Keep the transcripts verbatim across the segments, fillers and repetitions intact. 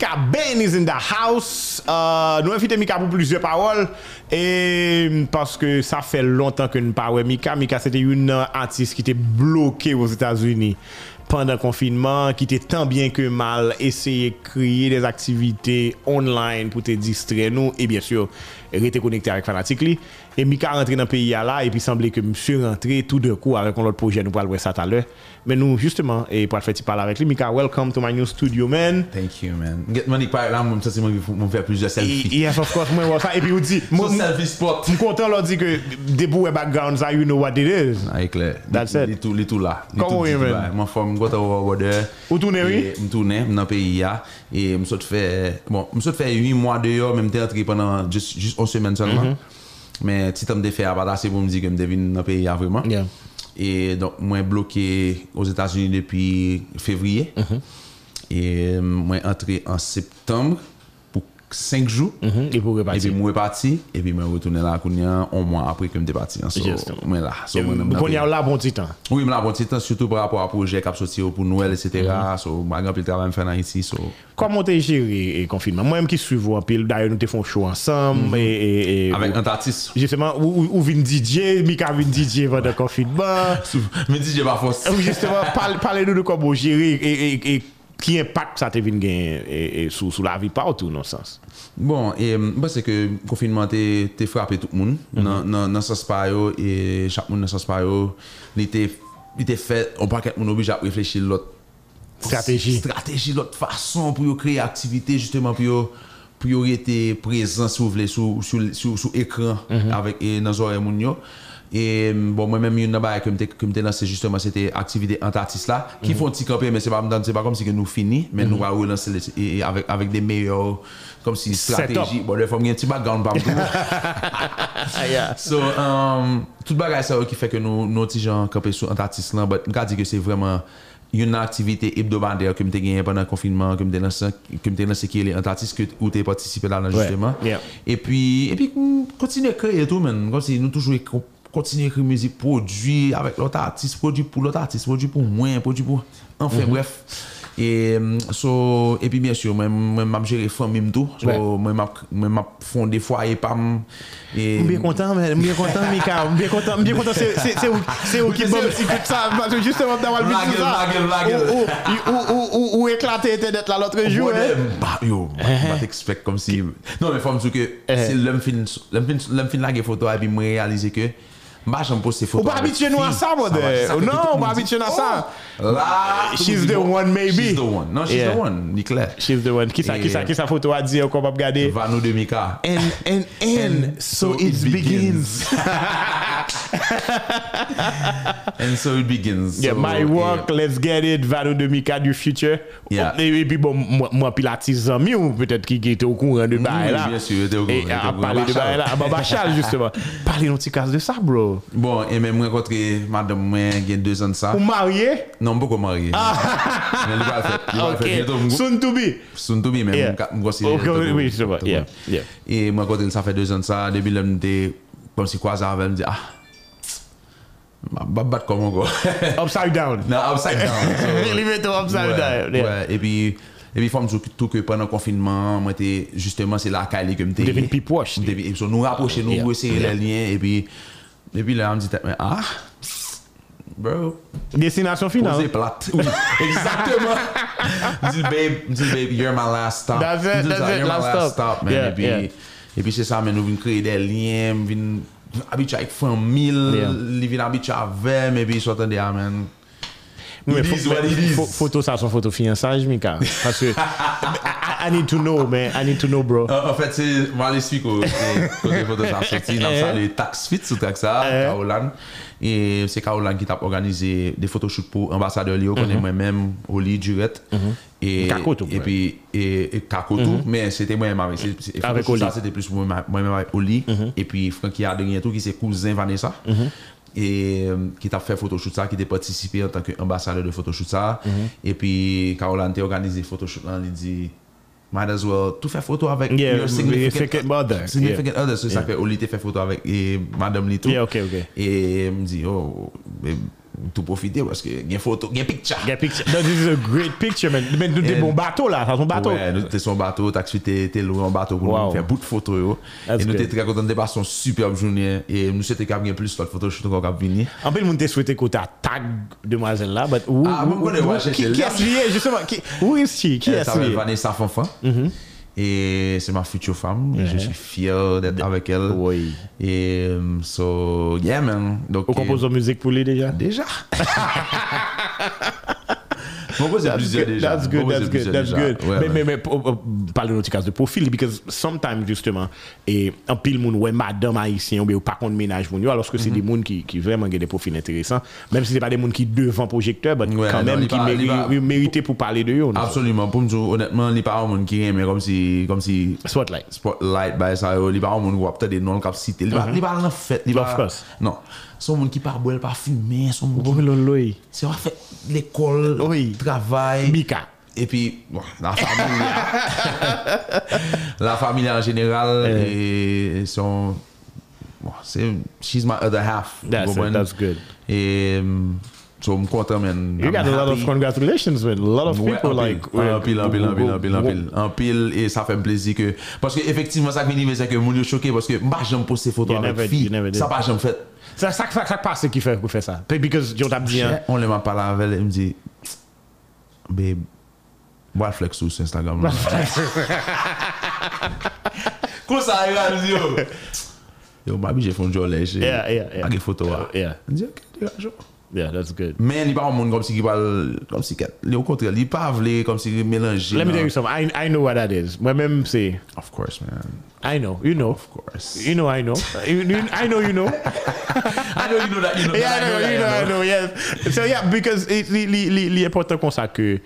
Mika Ben is in the house. Uh, nous invitons Mika pour plusieurs paroles. Et parce que ça fait longtemps que nous ne parlons pas Mika. Mika, c'était une artiste qui était bloquée aux États-Unis pendant le confinement, qui était tant bien que mal essayé de créer des activités online pour te distraire nous et bien sûr rester connecté avec Fanatic. Et Mika rentré dans le pays là et puis semblait que monsieur rentré tout d'un coup avec un autre projet, nous pourrons voir ça tout à l'heure. Mais nous justement et pour faire parler avec lui, Mika, welcome to my new studio, man. Thank you, man. Get money par là, moi ça c'est moi qui m'ont fait plusieurs selfies. Yes, of course, moi ça et puis on dit moi selfie spot. Je suis content leur dire que des beaux backgrounds ça you know what it is. Ah, clair. That's it. Les tout les tout là. Comment oui, man. Moi forme go over there. Où tourner oui? Me tourner dans le pays là et me saute fait bon, me saute fait huit mois dehors même théâtre pendant juste juste une semaine seulement. Mm-hmm. Mais si tu me fait pas assez pour me dire que me devine dans le pays vraiment. Yeah. Et donc moi bloqué aux États-Unis depuis février. Mm-hmm. Et moi entré en septembre pour cinq jours. Mm-hmm. Et pour repartir. Et puis moi parti et puis moi retourner là kounya un mois après que me parti. So, moi là. So moi qu'on y a là bon petit temps. Oui, mais là bon petit temps surtout par rapport à projet qui a sorti pour Noël et cetera. Mm-hmm. So moi grand pile travail me faire ici so. Comment t'es géré le confinement? Moi-même qui suis en pile, d'ailleurs nous te font show ensemble. Mm-hmm. et, et, et, avec un artiste. Justement, où, où vient D J, Mika vient D J pendant le confinement. Mais D J pas force. Oui, justement, parlez-nous de comment gérer et, et, et qui impact ça te vient gagner sur sur la vie partout dans ce sens. Bon, et bah c'est que le confinement t'es t'es frappé tout le monde dans dans dans sens pas yo et chaque monde dans sens pas yo, il était il était fait on pas qu'être obligé à réfléchir l'autre stratégie stratégie l'autre façon pour créer activité justement pour pour être présent si vous voulez sur sur sur sur écran mm-hmm. avec et dans oreilles moun yo. Et bon moi même une bail que me que me lancé justement c'était activité entre artistes là qui mm-hmm. font petit camper mais c'est pas c'est pas comme si que nous fini mais mm-hmm. nous va relancer et avec avec des meilleurs comme si stratégie bon des fois il y a un petit background pas tout. Yeah. So um toute bagaille ça qui fait que nous nos petits gens camper sur entre artistes là mais on dit que c'est vraiment une activité hebdomadaire que me gagné pendant le confinement que me lancé que me lancé qui est un artiste que où tu participé là justement. Ouais. Yeah. Et puis et puis continuer à créer tout même comme si nous toujours continuer à écrire musique produit avec l'autre artiste produit pour l'autre artiste produit pour moi produit pour enfin mm-hmm. bref et so et puis bien sûr moi moi m'a gérer famille tout so ouais. moi m'a moi m'a fondé foyer pam et bien content mais bien content Mika bien content bien content c'est c'est c'est c'est qui bon petit coup ça parce que justement dans le vidéo ça ou ou ou éclater internet là l'autre jour bah yo pas t'expect comme si non mais faut me dire que c'est l'homme fin l'homme fin l'homme fin la photo et puis moi réaliser que bah j'aime poster photos. On pas habituer nous à ça modèle. Non, on pas habituer à ça. Là, she's the one maybe. She's the one. Non, she's yeah. the one. Ni clair. She's the one. Qui ça qui ça qui ça photo a dit qu'on va regarder. Vano de Mika. And and and so, so it, it begins. And so it begins. Yeah, so, my work, yeah. Let's get it. Vano de Mika du future. Yeah. Et puis bon moi moi pilates ami ou peut-être qui était au courant de bail là. Bien sûr, était au courant. Et à parler de bail là, Baba Charles justement. Parler un petit cas de ça bro. Bon, et même moi rencontré madame moi il y a deux ans de ça. Vous marié? Non, pas marié. Ah. Mais il va faire, il va faire bientôt. Soon to be. Soon to be même yeah. moi aussi. Oui, je vois. Yeah. Yeah. Et moi quand ça fait deux ans de ça, depuis là m'était comme si quoi ça avait me dit ah bah bat comment quoi. Upside down. Non, upside down. Leave it upside ouais, down. Yeah. Ouais, et puis et puis faut tout que pendant le confinement moi était justement c'est la caille que m'était. Devine plus proche. Et puis nous rapprocher nous resserrer les liens et puis et puis là on me dit ah bro destination finale posé plate oui exactement dit babe dit babe you're my last stop that's it that's it you're last my stop, last stop man yeah, et puis yeah. et puis c'est ça mais nous venons créer des liens venons habituer avec famille livre habituer avec mais puis sortant de man. Oui, photo ça son photo fiançage Mika parce que I, I need to know man I need to know bro. En fait c'est moi les suis côté photo ça sorti dans ça les tax fit sur tax ça Caroline et c'est Caroline qui t'a organisé des photoshoots pour ambassadeur Léo connais moi même Oli Durette et et puis et Kakoto mais c'était moi même avec avec Oli ça c'était plus moi même avec Oli et puis Francky a dernier tout qui c'est cousin Vanessa et euh, qui t'a fait photoshoot ça qui t'a participé en tant qu'ambassadeur de photoshoot ça mm-hmm. et puis Caroline t'a organisé photoshoot là il dit might as well tout faire photo avec yeah, your significant other significant yeah. other c'est yeah. ça que Oli t'a fait photo avec et madame Lito yeah, okay, okay. et me dit oh tout profiter parce que il y a photo, il y a picture. Get picture. That is a great picture, man. Mais nous t'es bon bateau là, ça son bateau. Ouais, nous t'es son bateau, taxi t'es t'es loué en bateau pour Wow. nous faire bout de photos yo. That's Et nous good. t'es très content de passer une superbe journée et nous c'était qu'à bien plus d'autres photos shoot encore qu'à venir. En plus, monde t'a souhaité qu'on t'a tag demoiselle là, but who, Ah, who- moi, je connais, who- ouais, qui, j'ai- qui est-ce lié, justement, qui, où est-ce qui Elle est-ce s'appelle lié? Vanessa Fanfan. Et c'est ma future femme. Et je suis fier d'être avec elle. Oui. Et um, so, yeah, man. Donc, On compose de musique pour lui déjà? déjà. Mon boss, c'est That's plusieurs good, déjà. that's good, Mon boss, that's c'est good, plusieurs that's déjà. good. Ouais, mais, man. mais, mais, pour- pour parler de notre cas de profil, because sometimes, justement, et un pile moun, ouais, madame haïtien, ou bien, ou pas contre ménage moun yo, alors que c'est des moun qui, qui vraiment ont des profils intéressants, même si c'est pas des moun qui devant projecteur, mais Ouais, quand non, même, il qui pas- il méri- pas- mérité pour parler de eux. Absolument. Pour me dire, honnêtement, les parents moun qui aiment comme si, comme si Spotlight. Spotlight, bah, ça, les parents moun ou peut-être des noms cap cité. Les parents, les parents en fait, les Of parents. course. Non. Son moun qui pas boire, pas fumer, son moun Oh, qui. lolo. C'est en fait l'école, Oui. travail. Mika. Et puis, bon, la famille, la famille en général, et son, bon, c'est, she's my other half. That's vous it, that's good. Et, um, so, I'm content, man. You I'm got a lot of happy. congratulations, man. A lot of Ouais, people en pile, like. ouais, en pile, en pile, en pile, en pile, en pile, en pile, et ça fait plaisir que, parce que effectivement, ça qui m'est c'est que mon yo choqué parce que, moi, j'aime poster photos You avec never- filles, you never did. ça pas j'aime fait. Ça, ça, ça, ça passe qui fait pour faire ça. Because Joe t'a dit, hein, On les m'a parlé avec elle, elle me dit, babe, bois flex sur Instagram. là. Comment ça arrive à me dire, yo? Yo, babi, j'ai fait un job là, j'ai Yeah, yeah, yeah. pas de photos. là. Yeah. Elle me dit, ok, dégage. yeah, that's good. Mais il n'y a pas un monde comme si il parle, comme si, au contraire, il pas voulu, comme si il mélangeait. Let me non. tell you something. I, I know what that is. Moi-même, c'est. Of course, man. I know. You know. Of course. You know, I know. You, you, I know, you know. I know you know that, you know Yeah, that, I know, that, you know, I know, yes. So, yeah, because it, li, li, li, li important comme ça que.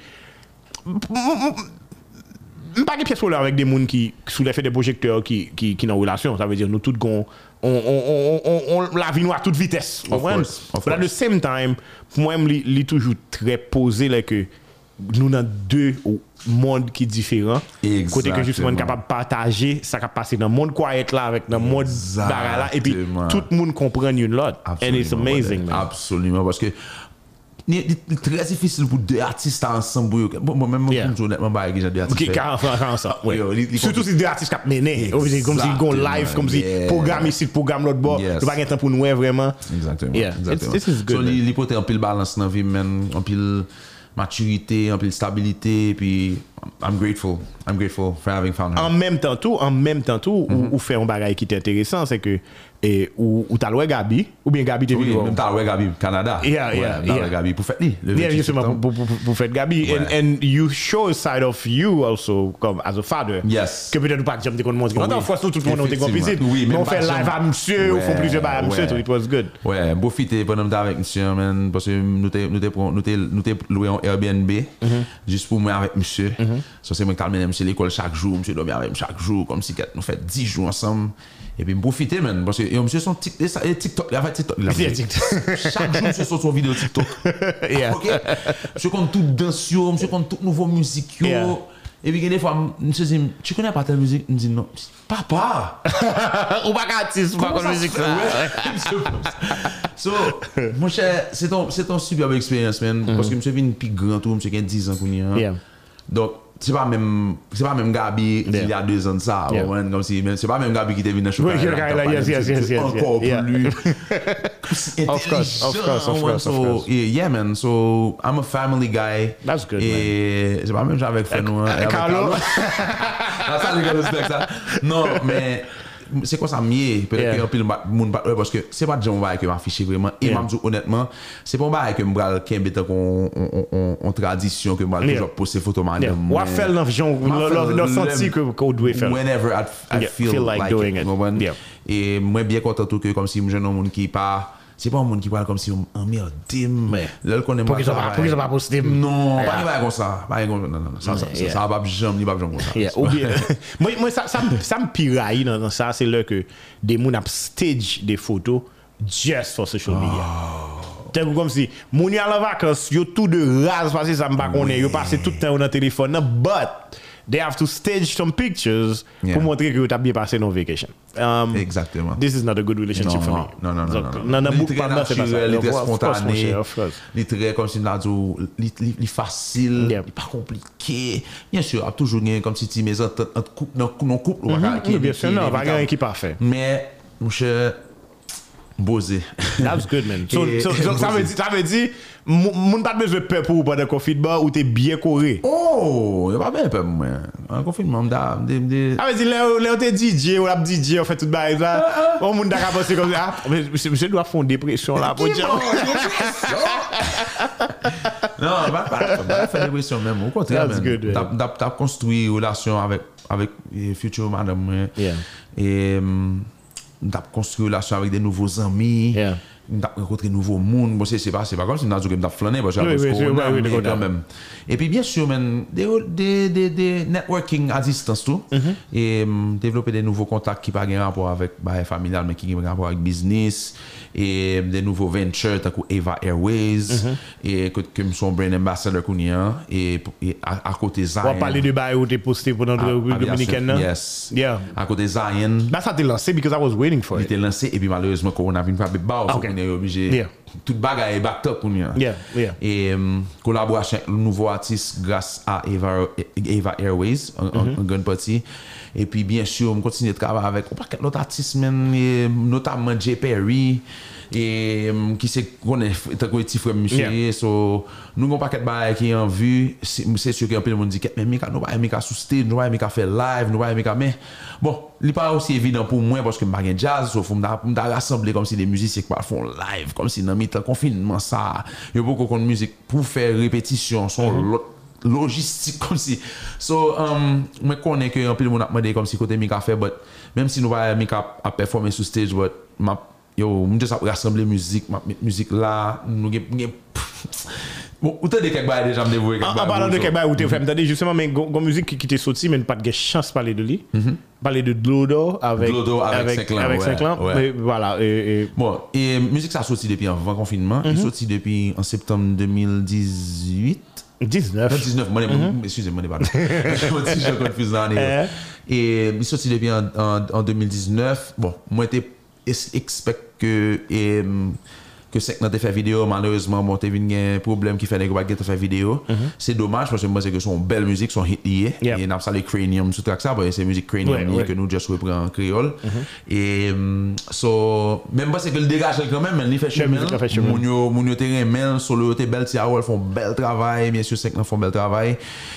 Pas de pièces pour avec des gens qui, sous l'effet des projecteurs, qui, qui, qui sont en relation. Ça veut dire, nous tous, on, on, on, on, on, la vie nous à toute vitesse. Of Ouais. course, of But at the course. same time, pour moi, il est toujours très posé là, que nous avons deux mondes qui sont différents. Côté que justement, on est capable de partager ça qui passe dans le monde quiet là, avec dans le monde bagarre là, et puis Exactement. tout le monde comprend une l'autre. And it's Absolument, amazing, ouais. man. Absolument, parce que il est très difficile pour deux artistes ensemble. pour eux. Bon, moi, même Yeah. moi, je honnêtement, pas j'ai deux artistes. Ok, quarante ans, ça. Ouais. Yo, li- li- Surtout si deux artistes qui mené. Comme si ils ont live, comme si Yeah. programme ici, programme l'autre bord. Yes. Tu pas de temps pour nous, ouais, vraiment. Exactement. Yeah, exactement. it's- this is good, So, man. il porte un pile balance dans la vie, man, un pile maturité, un pile stabilité, puis I'm grateful. I'm grateful for having found her. En même temps, tout, en même temps, tout, ou, ou fait un bagage qui est intéressant, c'est que, et, ou, ou t'as loué Gabi, ou bien Gabi t'es Oui, venu. même t'as ouais, Gabi, Canada. Yeah, Ouais, yeah, t'as yeah. ouais, Gabi, pour faire lui. le Yeah, vingt-huit justement, septembre. pour, pour, pour, pour faire Gabi. Ouais. And, and you show a side of you also, comme as a father. Yes. Que peut-être pas que j'aime te montrer. Oui. Non, non, fois tout le monde était Effectivement. complicite. Oui, mais même on fait pas live jamais. à monsieur, on fait Ouais, plusieurs bails à monsieur, ouais. tout, it was good. Ouais, beau fité pendant que avec monsieur, man, parce que nous t'es nous t'es nous t'es nous t'es loué en Airbnb juste pour moi avec monsieur. Ça c'est moi qui t'amène monsieur l'école chaque jour, monsieur dormir avec moi chaque jour comme si nous fait dix jours ensemble. Et puis me profiter, man, parce que et monsieur son tic- et ça- et TikTok, il a fait TikTok. il a Il a fait- TikTok. Chaque jour monsieur sur son vidéo TikTok. Yeah. OK. Monsieur compte tout danse yo, monsieur compte tout nouveau musique yo. Yeah. Et puis des fois monsieur dit tu connais pas telle musique, il me dit non. Je dis, papa. Ou pas artiste, ou pas Comment comme ça musique. se fait? Ouais. So, mon cher, c'est ton, c'est ton superbe expérience, man. Parce que monsieur vient plus grand tout, monsieur qui a dix ans qu'on y a. Yeah. Donc, c'est pas même, c'est pas même Gabi Yeah. il y a deux ans de ça. Yeah. Ouais, comme si, mais c'est pas même Gabi qui était venu dans le Oui, chocolat. qui- qui- yes, yes, yes, C'est yes, encore yeah. plus. Of course, of course, of intelligent, course, of so, course. yeah, yeah, man. So, I'm a family guy. That's good, Et c'est pas même genre avec Fenouin. Euh, Carlo. Ah, ça, les gars, respect ça. Non, mais c'est quoi ça mieux? Peut-être Yeah. qu'il y a un peu de monde ouais, parce que c'est pas de gens qui m'afficher vraiment. Et Yeah. m'a dit honnêtement, c'est pas un bail que m'bral qui est qu'on en tradition que m'bral Yeah. toujours poster photo Yeah. madame. Ou à faire l'envision, le senti que qu'on doit faire. Whenever I, I Yeah, feel, feel like like, doing it. you know, Yeah. Et moi bien content tout que comme si je suis un monde qui pas c'est pas un monde qui parle comme si un merde dim. Ouais. Là qu'on est Pour qu'ils soient pas- pour qu'ils soient pas postés. Non, Yeah. pas pas comme ça. Pas comme non non non, ça ça ça- Yeah. ça va pas jamais ni pas jamais comme ça. Yeah, ou bien, moi, moi, ça, ça, me- ça me piraille dans, dans ça, c'est là que des gens ont stage des photos just for social media. C'est comme si, moun y a la vacances, yo tout de rase parce que ça me pas connaît, yo passé tout le temps dans le téléphone, non, but they have to stage some pictures Yeah. pour montrer que tu as bien passé nos vacation. Um, Exactement. This is not a good relationship Non, for me. non, non, non, Donc, non, non. non, non, Il est book très pas, c'est pas ça. naturel, il est très Of course, mon spontané, cher, of course. il est très, comme si on a dit, il est- il est facile, Yeah. il n'est pas compliqué. Bien sûr, il y a toujours gagné comme si tu mets entre couple, dans non couple, ou Mhm, qui est- bien qui sûr, est non, pas inévitable. rien qui est parfait. Mais, mon cher, Bosé. That's good, man. So, Et- so, so, ça veut dire, ça veut dire, moun pas besoin de peur pour pendant le confinement où t'es bien coré. Oh, il n'y a pas bien peur, moi. En confinement, m'da, m'da, m'da- Ça veut dire, là, là, t'es D J, ou la D J, on fait tout le bail là. On moun d'accord penser comme ça. Ah, mais monsieur, monsieur doit faire une dépression là pour dire. Non, pas pas pas faire dépression même. Au contraire, That's man. good, man. T'as- t'as- t'as construit une relation avec avec eh, future madame. moi. Yeah. Et hum, t'as construit une relation avec des nouveaux amis. Yeah. T'as rencontré de nouveaux mondes. Bon, c'est c'est pas c'est pas comme si t'as dit que t'as flâné parce que Oui, à cause oui, de c'est- Corona, oui, oui, mais d'accord. quand même. Et puis bien sûr, man, des des des, des networking à distance tout. Et hum, développer des nouveaux contacts qui pas un rapport avec bah familial mais qui ont un rapport avec business et des nouveaux ventures tant que Eva Airways et que que son brand ambassador kounia et et à, à côté Zion. On va parler de bail où t'es posté pendant Ah, le République aviation, dominicaine. là. Yes. Yeah. À côté Zion. Bah, ça t'est lancé because I was waiting for Il it. était lancé et puis malheureusement Corona vient frapper bas Ah, so ok. qu'on est obligé Yeah. toute bagarre est backed up kounia. Yeah, yeah. Et um, collaboration avec le nouveau artiste grâce à Eva, Eva Airways, en, en, en grande partie. Et puis, bien sûr, on continue de travailler avec un paquet d'autres artistes, même, et, notamment Jay Perry, et um, qui s'est connaît, t'as connu petit frère monsieur. Yeah. So, nous avons un paquet de bails qui est en vue. C'est c'est sûr qu'un peu le monde dit, mais Mika, nous pas Mika sous stage, nous pas Mika faire live, nous pas Mika, mais bon, il n'est pas aussi évident pour moi parce que je suis jazz, il faut me rassembler comme si des musiciens qui font live, comme si dans le confinement, ça, il y a beaucoup de musique pour faire répétition, son l'autre logistique comme si. So, um, je connais que un peu le monde a demandé comme si côté Mika fait, but même si nous pas Mika a performer sur stage, but ma yo, je juste rassembler musique, ma musique là, nous bon, ou t'as des quelques bails déjà me dévouer. En parlant de quelque chose où tu fais, m'entendez justement, mais une musique qui t'est sortie, mais pas de chance de parler de lui. Parler de Glodo avec Glodo avec Saint-Clan, avec ouais, Saint-Clan. ouais. Mais voilà. Et, et- Bon, et musique ça a sorti depuis avant confinement, il est sorti depuis en septembre deux mille dix-huit. dix-neuf. Non, dix-neuf, moi, mm-hmm. excusez-moi, pardon. Je suis confus dans l'année. Et il est sorti depuis en, en, en deux mille dix-neuf. Bon, moi, j'étais expect que et, que c'est que fait vidéo, malheureusement, bon, t'as vu un problème qui fait des gars qui fait vidéo. Mm-hmm. C'est dommage parce que moi, c'est que son belle musique, son hit lié. Yep. Et on a salé Cranium, tout ça, c'est musique Cranium ouais, lié ouais. que nous just reprend en créole. Mm-hmm. Et um, so, même pas c'est que le dégage quand même, mais il fait chemin. musique a fait chemin. Moun yo, moun yo terrain men, solo te bel ti awol font bel travail, bien sûr cinq ans font bel travail.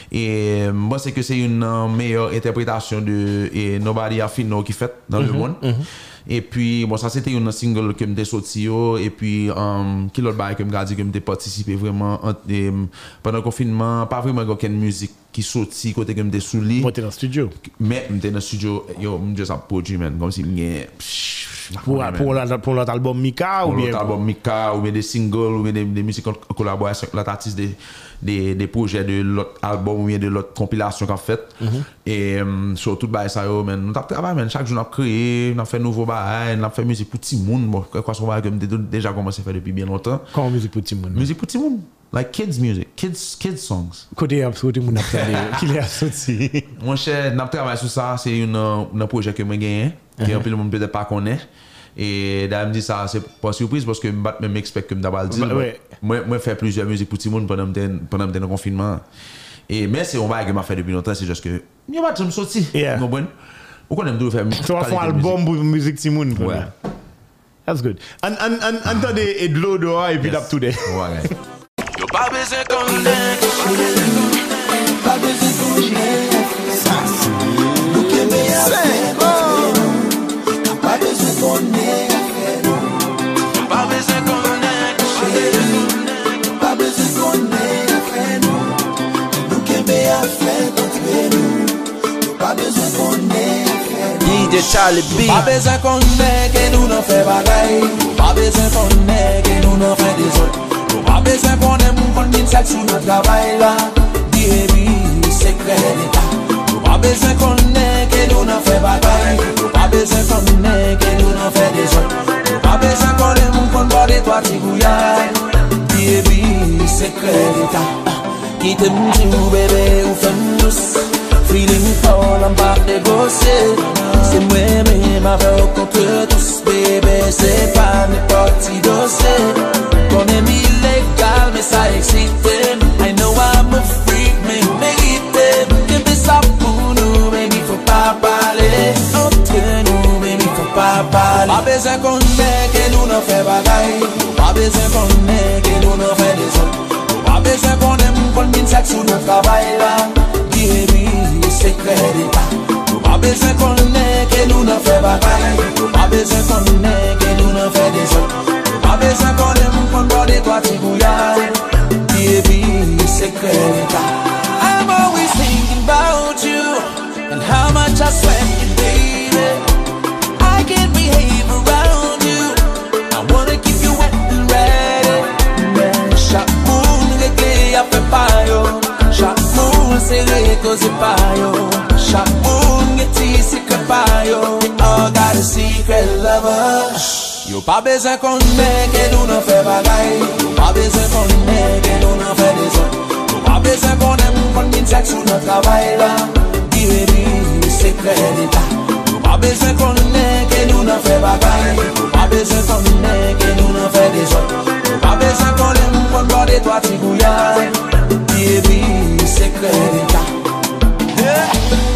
Et moi c'est que c'est une euh, meilleure interprétation de et Nobody I Feel No qui fait dans le monde. Et puis bon ça c'était une single que m'était sorti yo et puis um, qui l'autre bail que m'ga dit que m'était participé vraiment en, et, pendant le confinement, pas vraiment aucune musique qui sorti côté que m'était sous lit. Moi, t'es dans le studio. Mais m'était dans le studio, yo m'just a produit man comme si m'gien Pour, pour, la- pour l'autre album Mika ou pour bien. l'autre album Mika ou bien des singles ou bien des, des musiques en collaboration avec l'autre artiste des, des, des projets de l'autre album ou bien de l'autre compilation qu'on fait et um, sur tout bail ça yo man nous avons travaillé man chaque jour on a créé on a fait nouveau bail on a fait musique pour tout le monde bon quoi son bail que m'était déjà commencé à faire depuis bien longtemps Quand musique pour tout le monde. musique pour tout le monde like kids music kids kids songs Côté absolu, mon appelé. Qu'il est sorti. mon cher n'a travaillé sur ça c'est une un projet que moi gagné que un peu le monde peut-être pas connaît. Et d'ailleurs, me dit ça, c'est pas surprise parce que je même expect que je d'abord dire. Bah, ouais. Moi, moi, faire plusieurs musiques pour tout le monde pendant pendant le confinement. Et mais c'est on va que m'a fait depuis longtemps, c'est juste que il y a pas de me sortir. Yeah. Vous comprenez? Ou qu'on aime de faire musique. Tu vas faire un album pour musique Timoun. Ouais. That's good. And, and, and, entendez, et de l'eau dehors, et puis Yes. d'ap tout day. Ouais. Yo pas besoin qu'on l'aide. Pas besoin qu'on ait ça. Nous qui meilleur fait nous. Pas besoin qu'on ait fait nous. Yo pas besoin qu'on l'aide. Pas besoin qu'on ait fait nous. Nous qui meilleur fait contre nous. Pas besoin qu'on ait fait nous. D J Charlie B. Pas besoin qu'on ait que nous n'en fait bagaille. Pas besoin qu'on ait que nous n'en fait des autres. Pas besoin qu'on ait mon qu'on sexe sur notre travail là. Baby, secret d'état. Pas besoin qu'on ait que nous n'en fait bagaille. Pas besoin qu'on ait que nous n'en fait des autres. Pas besoin qu'on ait mon qu'on borde toi tigouillard. Baby, secret d'état. Quitte mon petit bébé ou femme douce. feeling cold, I'm pas négocier. C'est moi-même avec contre tous, bébé, c'est pas n'importe qui dossier. Qu'on aime illégal, mais ça excite. I know I'm a freak, mais mérite. Que fais ça pour nous, mais il faut pas parler. Entre nous, mais il faut pas parler. Pas besoin qu'on ait, que nous n'en fait bagaille. Pas besoin qu'on ait, que nous n'en fait des autres. Pas besoin qu'on aime, qu'on mine sexe sur notre travail là. Baby, secret d'état. Pas besoin qu'on ait, que nous n'en fait bagaille. Pas besoin qu'on ait, que nous n'en fait des autres. Pas besoin qu'on aime, qu'on borde toi tigouillard. Baby, secret d'état. I'm always thinking about you and how much I sweat you, baby. I can't behave around you. I wanna keep you wet and ready. Chaque moon réglé a fait pas yo. Chaque moon serré cause pas yo. Chaque moon get ici que pas yo. We all got a secret lover. Yo pas besoin qu'on ait que nous n'en fait bagaille. Pas besoin qu'on ait que nous n'en fait des autres. Yo pas besoin qu'on aime qu'on mine sexe sur notre travail là. Baby, secret d'état. Yo pas besoin qu'on ait que nous n'en fait bagaille. Yo pas besoin qu'on ait que nous n'en fait des autres. Yo pas besoin qu'on aime qu'on borde toi tigouillard. Baby, secret d'état. Yeah.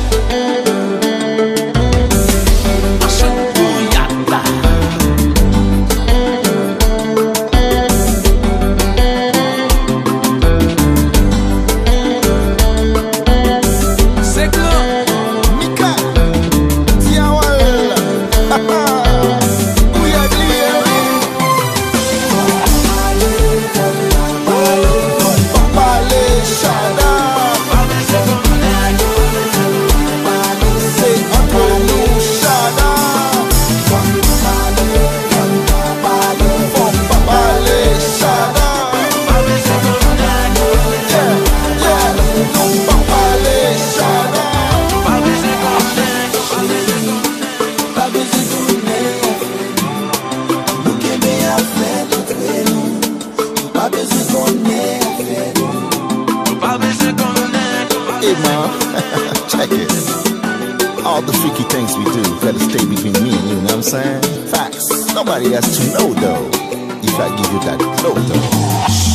Check it. All the freaky things we do gotta stay between me and you, know what I'm saying? Facts. Nobody has to know though. If I give you that flow though.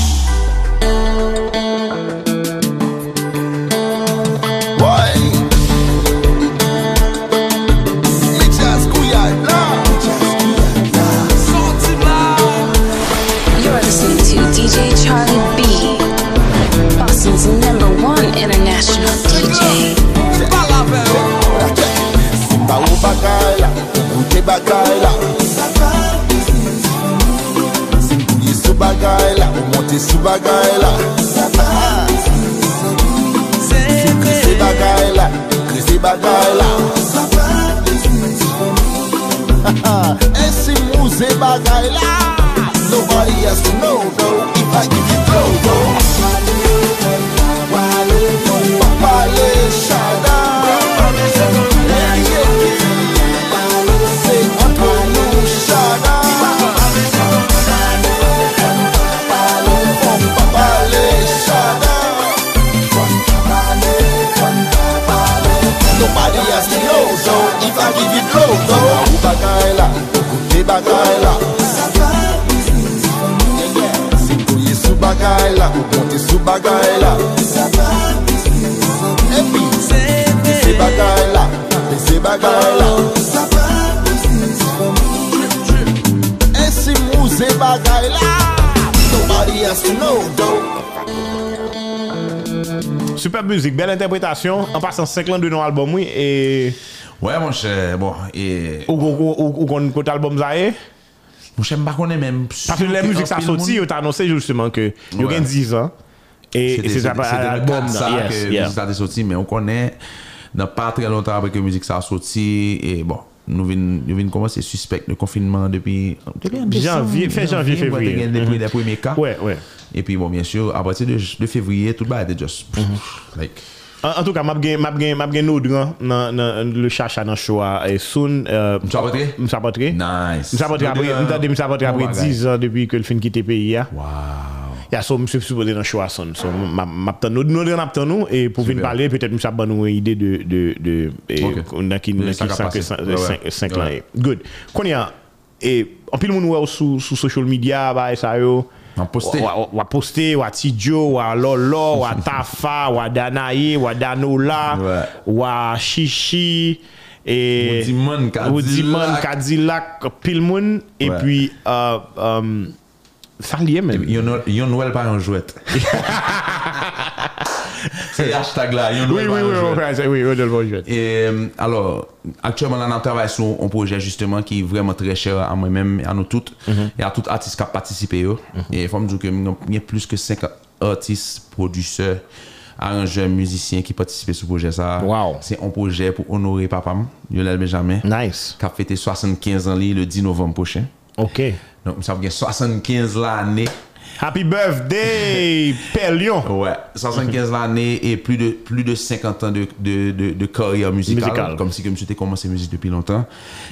Bagaille là, Zimbouye sous bagaille là, ou monter sous bagaille là. Creuser bagaille là, creuser bagaille là. Ainsi mousé bagaille là. Nobody has to know though, if I give you flow though. Papa les chada. Nobody has to know, so if I give you flow, though. Ou bagaille là, ou bagaille là. Zimbouye sous bagaille là, ou monter sous bagaille là. Et puis, c'est bagaille là, c'est bagaille là. Et si mousé bagaille là. Nobody has to know, though. Super musique, belle interprétation. En passant cinq ans de nos albums, oui. Et. Ouais, mon cher, bon. Et. Ou qu'on album ça est? Mon cher, je ne connais même pas. Parce que la musique, ça sorti, on t'a annoncé justement que. Il y a dix ans. Et c'est un album ça que la musique a sorti, mais on connaît. Dans pas très longtemps après que la musique ça a sorti. Et bon. Nous venons commencer suspect le confinement depuis janvier, fin janvier, février. Depuis les premiers cas. Ouais, ouais. Et puis bon, bien sûr, à partir de, de février, tout le monde était juste. Mm-hmm. Like. En, en tout cas, je vais nous dans le chacha dans le show et soon. M'sapotre? M'sapotre. Nice. M'sapotre après, m'sapotre après dix ans depuis que le film quitte le pays. Wow. Il y a ça, monsieur supposé dans show à son. So, m'a m'attend nous nous n'attend nous et pour venir parler peut-être monsieur a bonne une idée de de de on a qui cinq ans. Good. Qu'on y a et en pile monde ouais sur sur social media bah ça yo on poster ou à poster ou à Tidjo ou à Lolo ou à Tafa ou à Danaï ou à Danola ou à Chichi et Oudiman Cadillac Cadillac pile monde et puis euh euh ça lié même yon Noël pas un jouet. C'est hashtag là, yon oui oui oui oui oui oui oui et alors actuellement là on travaille sur un projet justement qui est vraiment très cher à moi-même et à nous toutes et à tout artiste qui a participé et il faut me dire que il y a plus que cinq artistes producteurs arrangeurs musiciens qui participent à ce projet ça. Wow. C'est un projet pour honorer papa Lionel Benjamin nice qui a fêté soixante-quinze ans le dix novembre prochain. OK. Donc ça fait soixante-quinze l'année. Happy birthday Pelion. Ouais, soixante-quinze l'année et plus de plus de cinquante ans de de de, de carrière musicale, Musical. comme si comme si tu commencé musique depuis longtemps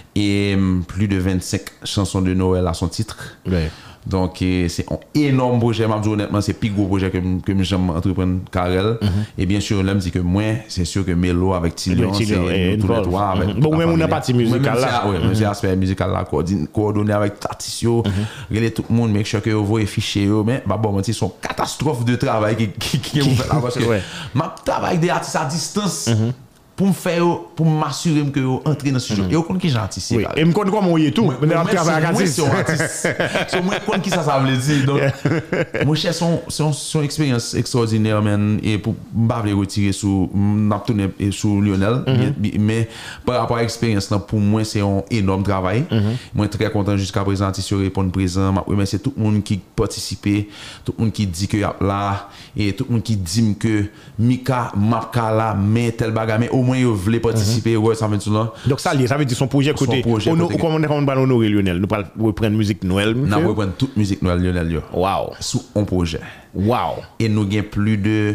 et um, plus de vingt-cinq chansons de Noël à son titre. Ouais. Donc c'est un énorme projet, m'a dit honnêtement, c'est le plus gros projet que que j'aime entreprendre Karel. Mm-hmm. Et bien sûr, là me dit que moi, c'est sûr que Melo avec Tilion, c'est tous les trois avec mm-hmm. Bon, même on a partie musicale là. Oui, c'est aspect musical là, coordonné avec Tatisio, regarder tout le monde, make sure que vous voyez fichier mais bah bon, c'est son catastrophe de travail qui qui qui vous fait là parce que m'a travaille des artistes à distance. Pour me faire pour m'assurer que yo entrer dans ce sujet. Yo connais qui j'artiste. Oui, et me connais comment y est tout. Mais moi c'est un artiste. So moi connais qui ça ça veut dire. Donc moi cherche son son son expérience extraordinaire man et pour pas le retirer sur n'a tourner sur Lionel mais par rapport à l'expérience là pour moi c'est un énorme travail. Moi très content jusqu'à présent si répondre présent. Moi remercie tout le monde qui participé, tout le monde qui dit que là et tout le monde qui dit que Mika Mapka là mais tel bagarre mais au moins ils voulaient participer ouais ça veut dire là donc ça ça veut dire son projet côté on comment on va honorer Lionel nous pas reprendre musique Noël nous reprendre toute musique Noël Lionel yo wow sous un projet wow et nous gain plus de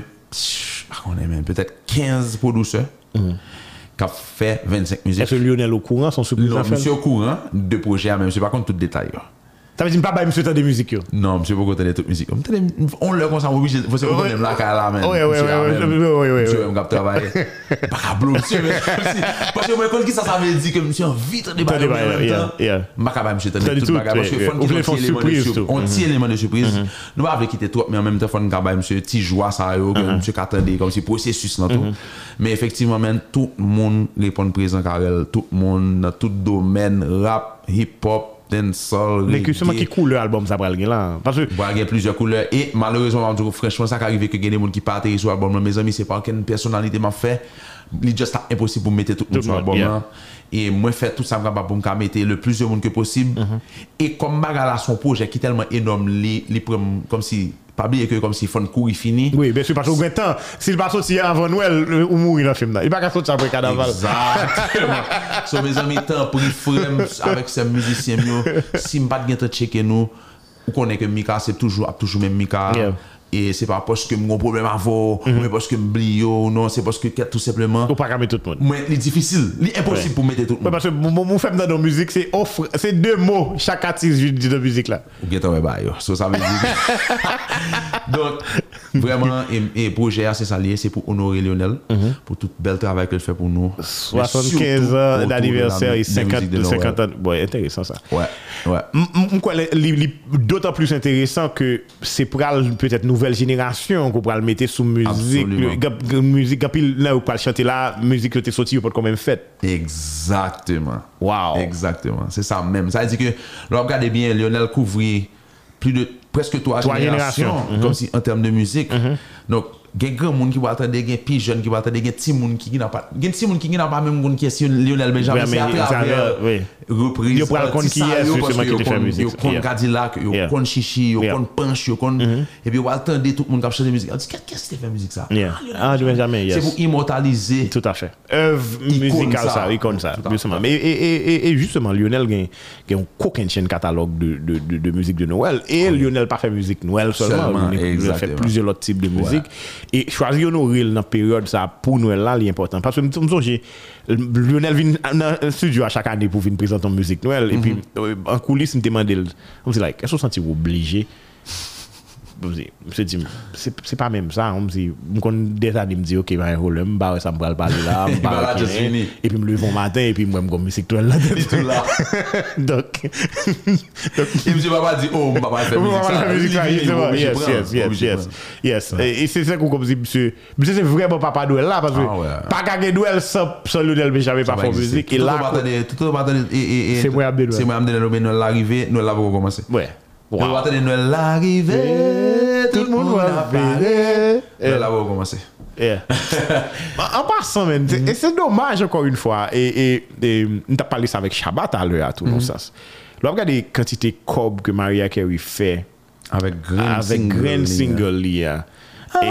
on est même peut-être quinze producteurs qui a fait vingt-cinq musiques. Est-ce que Lionel au courant son surprise non monsieur au courant de projet même je pas contre tout détail. Ça veut dire pas bailler monsieur tant de musique yo. Non, monsieur pas connaître toute musique. On le comme ça obligé faut se connaître là là même. Oui oui oui oui oui. Monsieur me travailler. Pas blou monsieur parce que moi quand qui ça ça veut dire que monsieur vite de bailler en même temps. M'a pas monsieur tant toute bagarre parce que faut surprise. On tient élément de surprise. Nous pas quitter trop mais en même temps faut nous bailler monsieur petit joie ça yo que monsieur attendait comme si processus là tout. Mais effectivement même tout le monde répond présent Karel, tout le monde dans tout domaine rap, hip hop dancehall, mais justement qui couleur album ça pral gen là parce que il y a plusieurs couleurs et malheureusement franchement ça arrive que des gens qui pas atterrir sur album mes amis c'est pas qu'une personnalité m'a fait il juste impossible pour mettre tout le monde sur album là et moi fait tout ça capable pour me mettre le plus de monde que possible et comme bagarre son projet qui est tellement énorme les les comme si pas oublier que comme si font courir fini oui bien sûr parce qu'au grand temps s'il pas sortir avant Noël ou mourir dans film là il pas sortir après carnaval exactement so mes amis temps pour frère avec ces musiciens si me pas de temps checker nous on connaît que Mika c'est toujours toujours même Mika et c'est pas parce que mon problème avant mais parce que m'blio non c'est parce que tout simplement ou pas mettre tout le monde mais c'est difficile c'est impossible pour mettre tout le monde parce que mon fait dans nos musique c'est offre c'est deux mots chaque artiste dit de musique là ou get away by so ça veut dire donc vraiment et projet c'est ça lié c'est pour honorer Lionel pour tout bel travail qu'il fait pour nous soixante-quinze ans d'anniversaire et cinquante cinquante ans bon intéressant ça ouais ouais quoi d'autant plus intéressant que c'est pour peut-être nouvelle génération qu'on pourra le mettre sous musique le, musique capil là ou pas chanter là musique qui était sortie pas quand même faite exactement wow exactement c'est ça même ça veut dire que là regardez bien Lionel couvrit plus de presque trois générations génération. comme mm-hmm. si en termes de musique mm-hmm. donc il y a grand monde qui va attendre des plus jeunes qui va attendre des petits monde qui n'a pas des petits monde qui n'a pas même monde qui est sur Lionel Benjamin c'est à travers reprise yo pral kon qui est justement qui fait musique yo kon Cadillac yo kon Chichi yo kon Punch yo kon et puis on attendre tout le monde qui chanter musique on dit qu'est-ce que tu fais musique ça ah Benjamin c'est pour immortaliser tout à fait œuvre musicale ça icône ça justement mais et et justement Lionel gagne gagne un coquin chaîne catalogue de de de musique de Noël et Lionel pas fait musique Noël seulement il a fait plusieurs autres types de musique et choisir honorer dans période ça pour Noël là c'est important parce que me songe Lionel vient dans studio à chaque année pour venir présenter en musique Noël et puis en coulisses me demandait on me dit like est-ce que vous sentez obligé je dis, c'est pas même ça. On me dit, on déjà me dit, ok, ben, je me bah, ça me va le parler là, et puis me lever le matin, et puis moi, je me musique tout là. Donc, il me dit, papa dit, oh, papa fait musique ça. Yes, yes, yes, yes, yes. Et c'est ça qu'on comme dit, monsieur, monsieur, c'est vraiment papa Noël là, parce que pas qu'à Noël sans Lionel Benjamin pas faire musique. Et là, c'est moi Abdel. C'est moi Abdel, Noël l'arrivée, Noël là va commencer. Ouais. Wow. On va attendre Noël l'arrivée, tout le monde va parler. Et là, on va commencer. Yeah. En passant, man, mm-hmm. et c'est dommage encore une fois. Et on t'a parlé ça avec Shabbat à l'heure, à tout le sens. Là, regardez la quantité de cob que Mariah Carey fait avec Grand avec Single. Grand Single, yeah. Et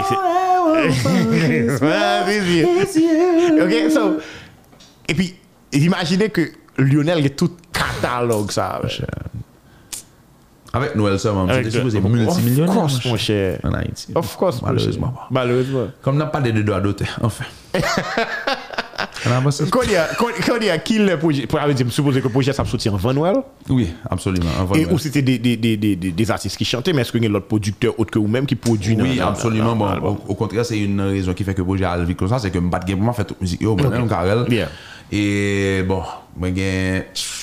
c'est. Ok, so. Et puis, imaginez que Lionel a tout catalogue ça. Avec Noël seulement, c'était supposé multimillionnaire. Of course, mon cher. En Haïti. Of course, malheureusement. Malheureusement. Comme on n'a pas de droits d'auteur, enfin. Quand il y a qui le projet, pour dire, supposer que le projet ça sorti avant Noël? Oui, absolument. Et où c'était des, des, des, des, des artistes qui chantaient, mais est-ce qu'il y a d'autres producteurs autres que vous-même qui produisent? Oui, absolument. Bon, au, au contraire, c'est une raison qui fait que le projet a levé comme ça, c'est que je ne pas faire toute musique. Yo, moi, un carrel. Et bon, moi, j'ai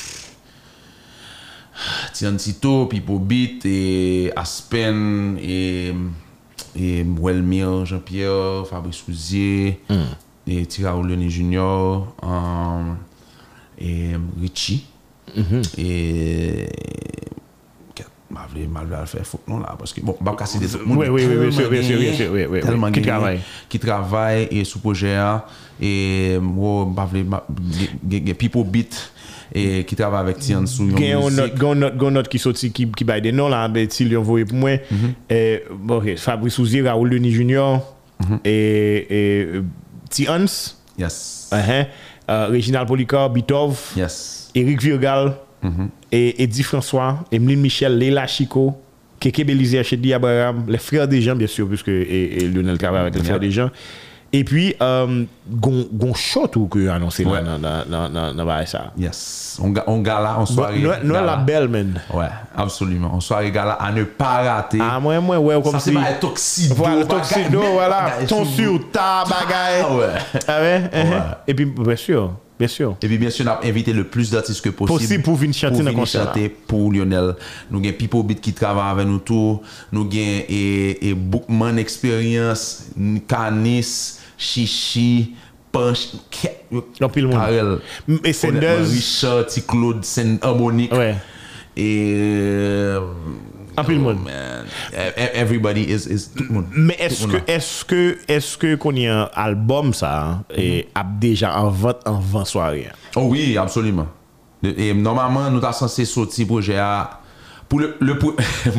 Tiantito, Pipo Beat, et Aspen, et, et Welmir, Jean-Pierre, Fabrice Souzier, mm. et Tiraou Leoné Junior, um, et Richie, mm-hmm. et. Je vais mal faire faut non là parce que bon bah casser des autres oui oui oui oui oui oui oui tellement qui travaille qui travaille et sous projet et moi bah People Beat et qui travaille avec Tian sous une musique gon note gon note qui sorti qui qui bail des noms là ben s'il envoyé pour moi et bon Fabrice Souzier Raoul Denis Junior et et Tians yes Réginald Policar Bitov yes Eric Virgal Mm-hmm. Et Eddie François, Emeline Michel, Leila Chico, Keke Belizer, Chedi Abraham, les frères des gens, bien sûr, puisque et, et Lionel travaille avec les frères des gens. Et puis, euh, gon, gon shot ou que annoncé ouais. dans dans dans dans ça. Yes. On on gala en soirée. Noël bon, la belle man. Ouais, absolument. En soirée gala à ne pas rater. Ah moi moi ouais comme ça, si. Ça c'est pas toxido. Voilà, toxido, voilà. Ton sur ta bagaille. Ah ouais. Ah ouais. ouais. Et puis bien sûr. Bien sûr. Et puis bien sûr, on a invité le plus d'artistes que possible. Possible pour venir chanter dans le concert. Pour venir chanter pour Lionel. Nous avons People Beat qui travaille avec nous tout. Nous avons et, et Bookman Experience, Canis, Chichi, Punch, Karel. Et Senders. Richard, T-Claude, Harmonique. Ouais. Et... Un peu le monde. Everybody is, is tout le monde. Mais est-ce que, est-ce que, est-ce que qu'on y a un album ça et a déjà en vente en vingt soirées? Oh oui, absolument. Et normalement nous sommes censés sortir projet à pour le le pour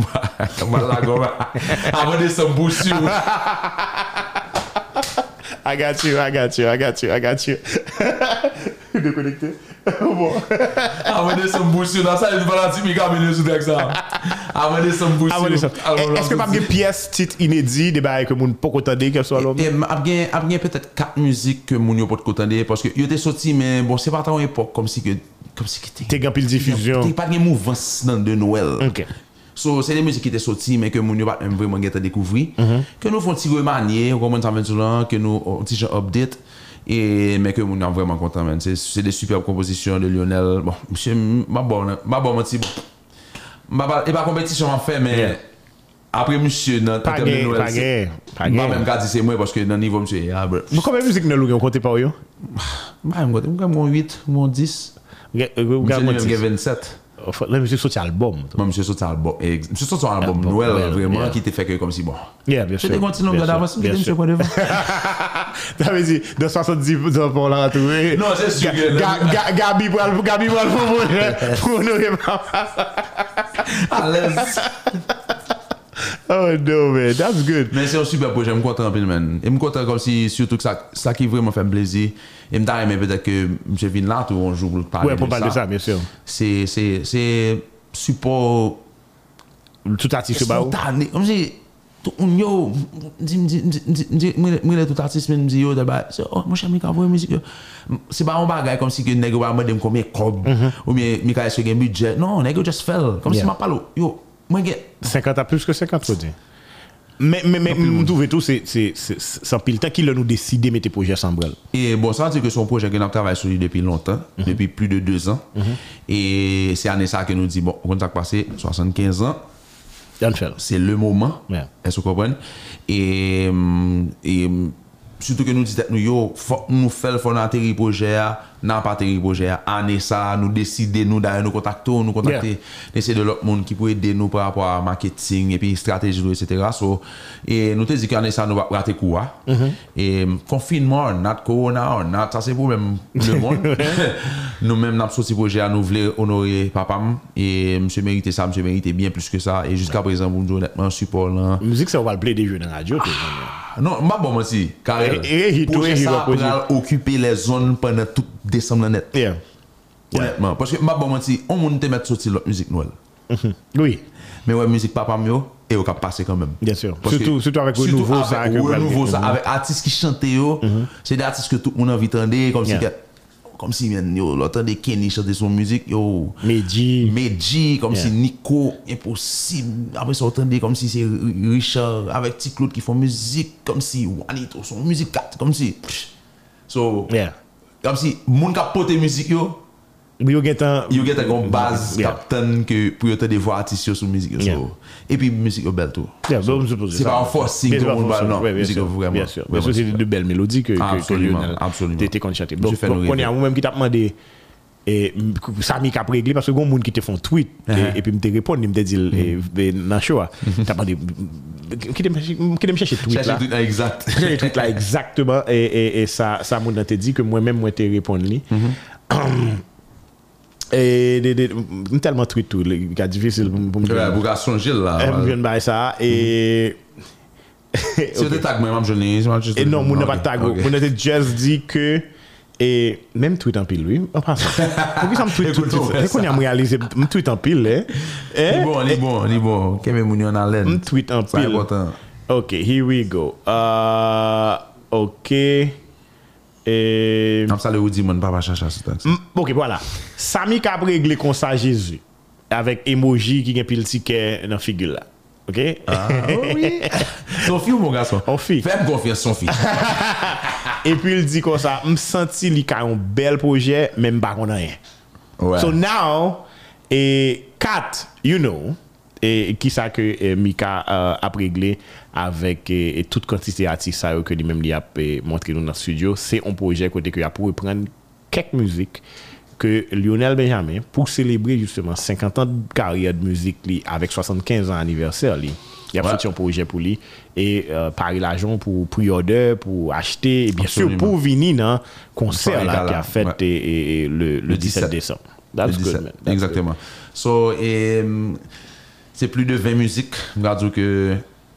avant de se boucher. I got you, I got you, I got you, I got you. Déconnecté. Bon. Avant de se boucher, dans ça, il va la dire, mais quand même, sur ça. Avant de se boucher. Est-ce que pas des pièces titres inédits, des bails que moun pas entendre que soit l'homme? Et il y a peut-être quatre musiques que moun yo pas entendre parce que yo était sorti mais bon, c'est pas tant une époque comme si que comme si que t'es gampil diffusion. T'es pas de mouvance dans de Noël. OK. So, c'est des musiques qui étaient sorties, mais que nous n'avons pas vraiment découvert. Mm-hmm. Que nous faisons un petit remanier, comment ça fait souvent, que nous un petit update, et, mais que nous sommes vraiment contents. C'est, c'est des superbes compositions de Lionel. Bon, monsieur, ma bonne, ma bonne, petit. Et pas compétition en fait, mais yeah. Après monsieur, dans le terme de Noël, c'est. Pas même quand c'est moi, parce que dans le niveau, monsieur, ah, bro. Mais combien de musique nous avons compté par eux? Bah, je suis huit, ou dix. Je suis vingt-sept. Là, monsieur sorti album. Moi, monsieur sorti album. Monsieur sorti un album Noël, vraiment, qui te fait que comme si bon. Yeah, bien sûr. Je te continue à regarder avant, je te monsieur quoi devant. T'avais dit, de soixante-dix ans pour la retrouver. Non, c'est sûr. Gabi pour le Gabi pour le pour nous. À l'aise. Oh no, man, that's good. Mais c'est un super projet, je me content, man. Et je me content comme si, surtout que ça, ça qui vraiment fait plaisir. Et je me dis peut-être que je viens là, tout un jour pour parler ouais, pour parler de ça, bien sûr. C'est, c'est, c'est support. Tout artiste, bah. Spontané. Comme si, tout le monde, moi, tout artiste, me dit, yo, d'abord, oh, mon cher, je vais envoyer musique. C'est pas un bagage comme si que nèg va me dire combien cob ou bien Mika est-ce budget. Non, nèg just fell. Comme si m'a parlé, yo. cinquante à plus que cinquante, faut dire. Mais, mais, mais, je trouve tout, c'est, c'est, c'est, c'est pile temps qu'il a nous décidé de mettre projet sans bral. Et bon, ça veut dire que son projet que nous travaillons sur lui depuis longtemps, mm-hmm. depuis plus de deux ans. Mm-hmm. Et c'est année ça que nous dit, bon, on a passé soixante-quinze ans. C'est le moment. Yeah. Est-ce que vous comprenez? Et, et surtout que nous disons, nous, yo, faut, nous faisons un atterrir projet, non pas atterrir projet, année ça, nous décider, nous d'ailleurs nous contacter, nous contacter, yeah. essayer de l'autre monde qui peut aider nous par rapport à marketing et puis stratégie, et cetera. So, et nous te dit qu'année ça, nous va rater quoi. Mm-hmm. Et confinement, not corona, not, ça c'est pour même le monde. Nous-mêmes, nous avons sorti projet à nous voulons honorer papa et monsieur méritait ça, monsieur méritait bien plus que ça. Et jusqu'à présent, vous nous honnêtement, support là. La musique, ça va le play des jeux dans la radio. Non, je bon aussi, car le projet ça va occuper les zones pendant tout décembre net. Yeah. Honnêtement, parce que je bon aussi, on peut te mettre sortir l'autre musique nouvelle. Mm-hmm. Oui. Mais ouais, musique papa mieux et on va passer quand même. Bien sûr. Surtout, surtout avec le nouveau ça. Le nouveau ça, avec artistes qui chantent, mm-hmm. c'est des artistes que tout le monde a envie d'entendre, comme yeah. si comme si yo l'entend de Kenny chanter son musique yo Medji Medji comme yeah. si Nico impossible après ça entendre comme si c'est Richard avec T Claude qui font musique comme si Juanito son musique comme si so yeah. comme si monde qui porter musique yo yo get un yo get une base yeah. captain que pour yo te de voir artiste sur musique yeah. so et puis musique belle tout yeah, c'est pas un forcing tout le monde va non musique vraiment bien sûr mais c'est de belles mélodies que que Lionel t'étais quand chanter donc on y a moi même qui t'a demandé et ça m'a cap réglé parce que gon monde qui te font tweet et puis me te répondre me te dit dans show t'as demandé qui te me chercher tweet là exact chercher tweet là exactement et et ça ça monde te dit que moi même moi te répondre li et de, de, de, tellement tweet tout c'est difficile pour me dire pour songer là je viens de ça et c'est des tags moi je n'ai et non mon n'a pas tag mon a juste dit que et même tweet en pile lui en passant pourquoi ça me tweet tout et qu'on a réalisé me tweet en pile hein c'est bon c'est bon c'est bon quand même on en laine me tweet en pile OK here we go uh, OK et comme ça le ou dit mon papa chercher ça. OK voilà Sami qui a réglé comme ça Jésus avec emoji qui gagne pile ticket dans figure là. OK ah oui son fille mon garçon on fille fais confiance son fille et puis il dit comme ça me senti li ka un bel projet même pas qu'on rien ouais. So now et Kat you know et qui ça que eh, Mika euh, a réglé avec et, et toute quantité d'artistes ça que lui même lui a montré nous dans le studio c'est un projet côté que a pour reprendre quelques musiques que Lionel Benjamin pour célébrer justement cinquante ans de carrière de musique li avec soixante-quinze ans anniversaire li il a fait un projet pour lui et euh, pari l'argent pour pre-order pour acheter et bien Absolument. sûr pour venir dans concert là qui a fait ouais. et, et, et, le, le dix-sept décembre. That's good, man. That's exactement good. So et c'est plus de vingt musiques regarde que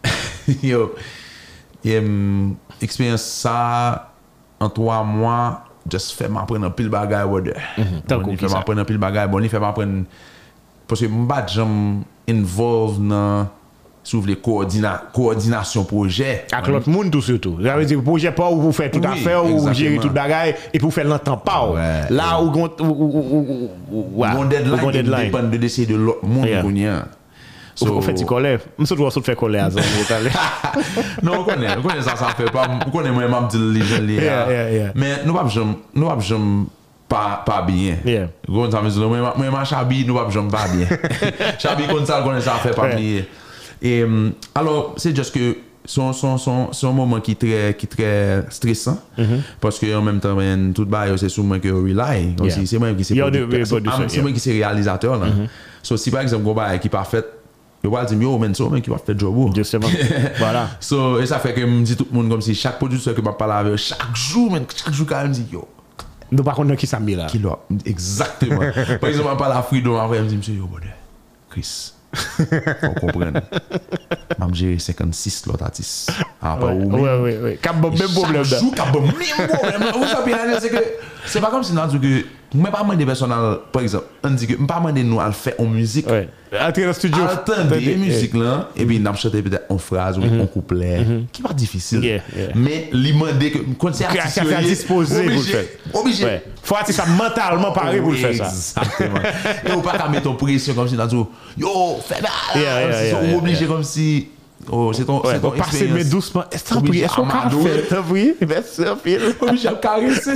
yo et expérience ça en trois mois juste fait m'apprendre pile bagaille word tant fait m'apprendre pile bagaille bon il fait m'apprendre parce que m'bat j'aime involve dans sur les coordina coordination projet avec l'autre monde tout surtout ça veut dire projet pas où vous faites tout à faire ou gérer toute bagaille et pour faire l'entend pas ouais, là où où mon deadline dépend de décider de l'autre monde connait. So, on fait du colère. Je dois se faire colère. Non, on connaît. On connaît ça, ça fait pas. On connaît moi, je me dis les gens. Mais nous ne pouvons pas pas bien. Quand ça me dit, moi, moi, Chabi, nous ne pouvons pas bien. Chabi, comme ça, on connaît ça, fait pas bien. Et alors, c'est juste que son son son son moment qui très qui très stressant mm-hmm. parce que en même temps tout bail c'est sur moi que rely aussi yeah. c'est moi qui c'est c'est moi qui c'est réalisateur là mm-hmm. So si par exemple go bail qui parfait je vais dire yo men so men qui va faire job justement voilà so et ça fait que me dit tout le monde comme si chaque producteur que m'a parlé avec chaque jour men chaque jour quand même dit yo nous pas connait qui ça mis là qui là exactement par exemple on parle à Freedom après me dit monsieur yo bonheur Chris faut comprendre m'a géré cinquante-six l'autre artiste ah pas ou ouais ouais ouais cap même problème là joue cap même problème vous savez c'est que c'est pas comme si nous que moi pas demander personnel par exemple on dit que pas demander nous à faire en musique ouais entrer dans le studio attendre des musiques là et puis n'a chanter peut-être en phrase ou en couplet qui pas difficile mais lui demander que quand c'est artiste disposé pour le faire obligé faut artiste mentalement pareil pour le faire ça exactement et on pas mettre en pression comme si dans yo fais mal obligé comme si Oh, c'est ton, Ouais, c'est ton bon, passez mais expérience. doucement. Est-ce que Oui, est-ce qu'on Amado. fait? T'as pris? Merci, Phil. J'ai caressé.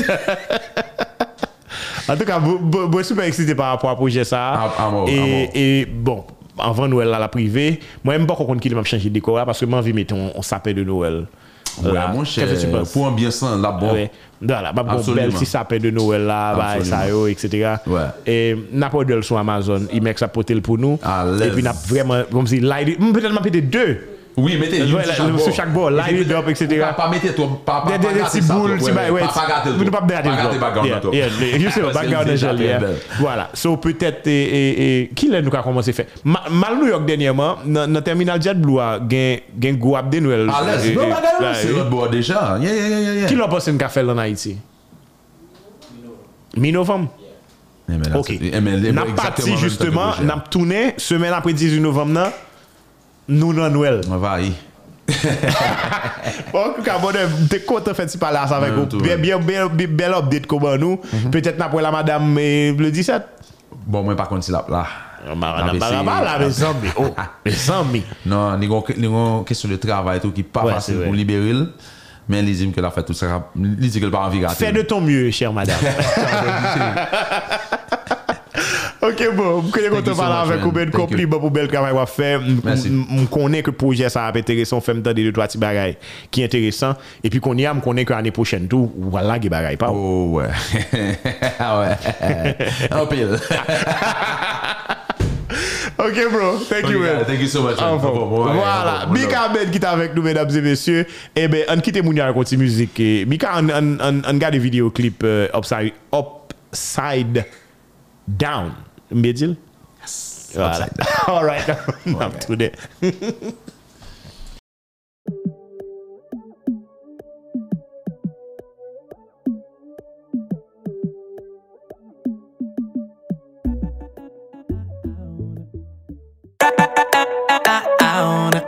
En tout cas, je suis super excité par rapport au projet ça. Ah, ah, bon, et, ah, bon. et bon, avant Noël là, la privée, moi même pas qu'on qui m'a changé de décor là, parce que moi envie mettre on, on sapin de Noël. Ouais, Là. mon cher, Qu'est-ce que tu penses? pour ambiance là, bon. Ouais. Voilà, bah bon, Absolument. belle petit sapin de Noël là, bah Absolument. ça yo, et cetera. Ouais. Et n'a pas de sur Amazon, il met ça potel pour nous. À Et l'aise. puis n'a vraiment comme si light it- peut-être m'a pété deux. Oui, mettez Ouais, là, sur chaque bord, light it up, et cetera. Pas mettre toi, pas Des pas des pas des gâter petits ça, boules, toi. petits bails, ouais. Pas gâter Vous ne pas pas gâter le background Yeah, toi. yeah, Justement, Parce que background le est déjà joli. très hein. belle. Voilà. So peut-être et et et qui l'a nous a commencé faire. Ma- Mal New York dernièrement, dans dans terminal JetBlue a gain gain go up de Noël. À l'aise. Et- Non, et- bagarre, là, c'est oui. notre bord déjà. Yeah, yeah, yeah, yeah. Qui l'a passé une café en Haïti? Mi-novembre. Eh, mais là, OK. c'est- eh, mais les- N'a exactement parti en même temps que justement, projet. n'a tourné semaine après dix-huit novembre là, nous dans Noël. On va y. Bon, en tout cas, bon, t'es content de faire ce parler avec Ouais, vous. tout, Bien, ouais. bien, bien, bien, bel update comme nous. Peut-être après la madame eh, le dix-sept. Bon, moi, par contre, c'est là. là. Madame, Ah, mais madame, c'est- là, mes amis. Oh, mes amis. Non, il y a une question de travail tout qui n'est pas Ouais, facile c'est pour vrai. libérer. Mais elle dit qu'elle a fait tout ça. Elle dit qu'elle n'a pas envie de Fais de ton mieux, chère madame. Ok, bon, je connais Thank qu'on you so parle much, avec man. vous, ben Thank compliment pour bel travail qu'on fait. Merci. Je connais que le projet ça a intéressant, fait me donner deux trois petits bagailles qui est intéressant. Et puis qu'on y a, je connais que l'année prochaine tout, voilà, des bagailles pas. Oh, ouais. Ah ouais. Un pile. Ok, bro. Thank you, Ok, man. thank you so much, man. Enfin, Bon, bon, ouais, voilà. bon, bon, Mika Ben qui est avec nous, mesdames et messieurs. Eh bien, on quitte Mounia avec une musique. Et Mika, on, on, on, on regarde des vidéoclips euh, upside, upside down. M'bien dit? Yes. Voilà. Upside down. All right. I'm today. down.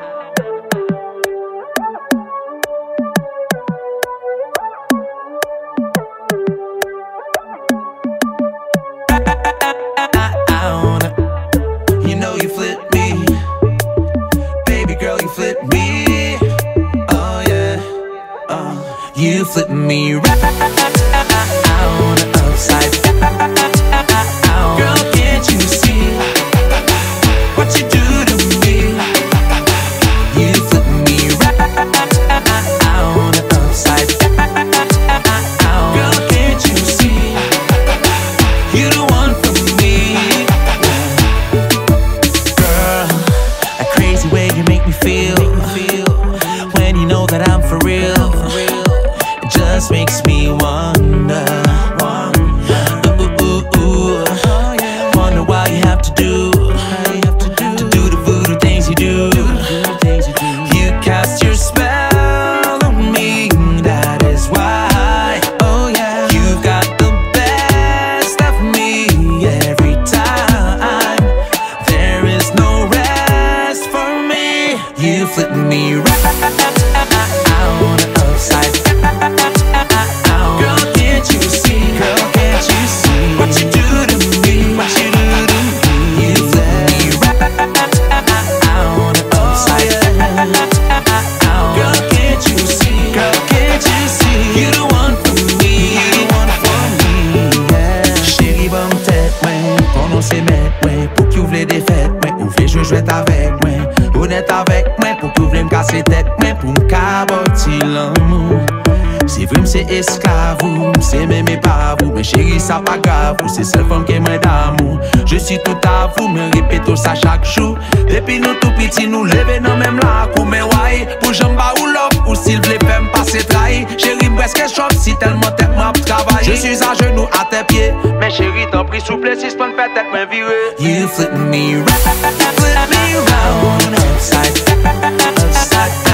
You know you flip me, baby girl, you flip me. Oh yeah, uh, you flip me round, upside down. Girl, can't you see what you do to me? You flip me round, upside down. Girl, can't you see you the one for me? Girl, a crazy way you make me feel when you know that I'm for real. It just makes me wonder. Ooh, ooh, ooh. Wonder why you have to do to do the voodoo things you do. You cast your spell on me, that is why. Oh yeah, you've got the best of me every time. There is no rest for me. You flip me round, upside down. Girl, can't you see? Girl, can't you see what you do to me? What you do to me? You flip me round, upside down. Girl, can't you see? Girl, can't you see? You the one for me. You the one for me. Yeah. Chérie, bon tête, ouais. Qu'on on s'est mettre, ouais. Pour qu'il ouvre les défaites, ouais. Ouvre jouer jouer avec, ouais. Honnête avec, ouais. Pour qu'il ouvre me casser tête, ouais. Pour m'caboter l'amour. C'est vrai, c'est esclave, c'est même pas vous. Mais chérie, ça pas grave, c'est seule femme qui m'aide d'amour. Je suis tout à vous, me répétons ça chaque jour. Depuis nous tout petits, nous lever dans même la cour. Mais ouais, pour jamba ou l'offre, ou s'il voulait faire me passer trahi. Chérie, presque choc, si tellement tête m'a travaillé. Je suis à genoux à tes pieds. Mais chérie, t'en prie, souple, si je peux me faire tête me virer. You flip me round, flip me round, upside down, upside down.